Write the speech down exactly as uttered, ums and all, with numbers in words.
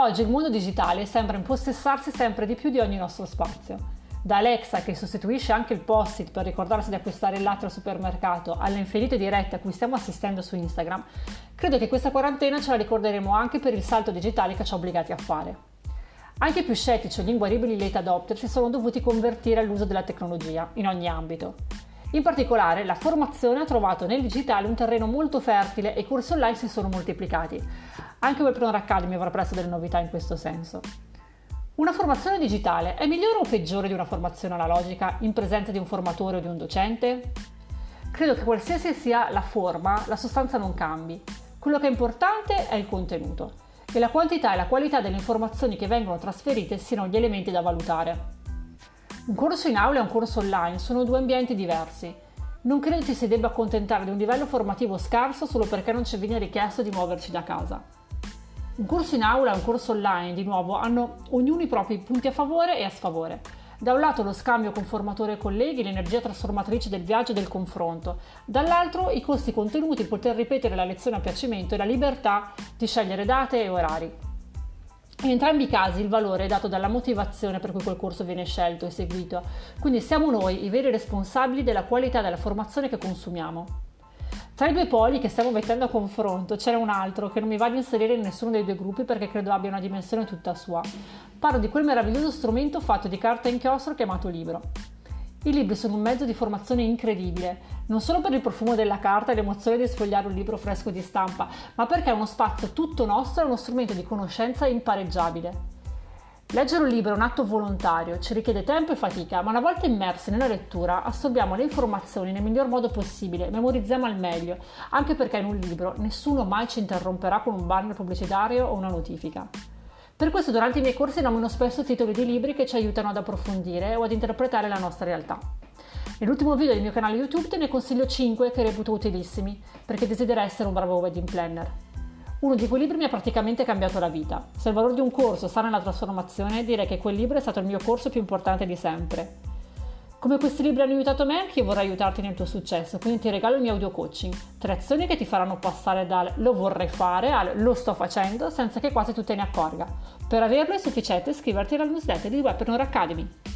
oggi il mondo digitale sembra impossessarsi sempre di più di ogni nostro spazio. Da Alexa, che sostituisce anche il post-it per ricordarsi di acquistare il latte al supermercato, alle infinite dirette a cui stiamo assistendo su Instagram, credo che questa quarantena ce la ricorderemo anche per il salto digitale che ci ha obbligati a fare. Anche i più scettici o gli inguaribili late adopter si sono dovuti convertire all'uso della tecnologia, in ogni ambito. In particolare, la formazione ha trovato nel digitale un terreno molto fertile e i corsi online si sono moltiplicati. Anche Webpreneur Academy avrà presto delle novità in questo senso. Una formazione digitale è migliore o peggiore di una formazione analogica in presenza di un formatore o di un docente? Credo che qualsiasi sia la forma, la sostanza non cambi. Quello che è importante è il contenuto e la quantità e la qualità delle informazioni che vengono trasferite siano gli elementi da valutare. Un corso in aula e un corso online sono due ambienti diversi. Non credo ci si debba accontentare di un livello formativo scarso solo perché non ci viene richiesto di muoverci da casa. Un corso in aula e un corso online, di nuovo, hanno ognuno i propri punti a favore e a sfavore. Da un lato lo scambio con formatore e colleghi, l'energia trasformatrice del viaggio e del confronto. Dall'altro i costi contenuti, il poter ripetere la lezione a piacimento e la libertà di scegliere date e orari. In entrambi i casi il valore è dato dalla motivazione per cui quel corso viene scelto e seguito, quindi siamo noi i veri responsabili della qualità della formazione che consumiamo. Tra i due poli che stiamo mettendo a confronto c'era un altro che non mi va di inserire in nessuno dei due gruppi perché credo abbia una dimensione tutta sua. Parlo di quel meraviglioso strumento fatto di carta e inchiostro chiamato libro. I libri sono un mezzo di formazione incredibile, non solo per il profumo della carta e l'emozione di sfogliare un libro fresco di stampa, ma perché è uno spazio tutto nostro e uno strumento di conoscenza impareggiabile. Leggere un libro è un atto volontario, ci richiede tempo e fatica, ma una volta immersi nella lettura assorbiamo le informazioni nel miglior modo possibile, memorizziamo al meglio, anche perché in un libro nessuno mai ci interromperà con un banner pubblicitario o una notifica. Per questo durante i miei corsi nomino spesso titoli di libri che ci aiutano ad approfondire o ad interpretare la nostra realtà. Nell'ultimo video del mio canale YouTube te ne consiglio cinque che reputo utilissimi, perché desidero essere un bravo wedding planner. Uno di quei libri mi ha praticamente cambiato la vita. Se il valore di un corso sta nella trasformazione, direi che quel libro è stato il mio corso più importante di sempre. Come questi libri hanno aiutato me, anche io vorrei aiutarti nel tuo successo, quindi ti regalo il mio audio coaching. Tre azioni che ti faranno passare dal lo vorrei fare al lo sto facendo senza che quasi tu te ne accorga. Per averlo è sufficiente iscriverti alla newsletter di Webpreneur Academy.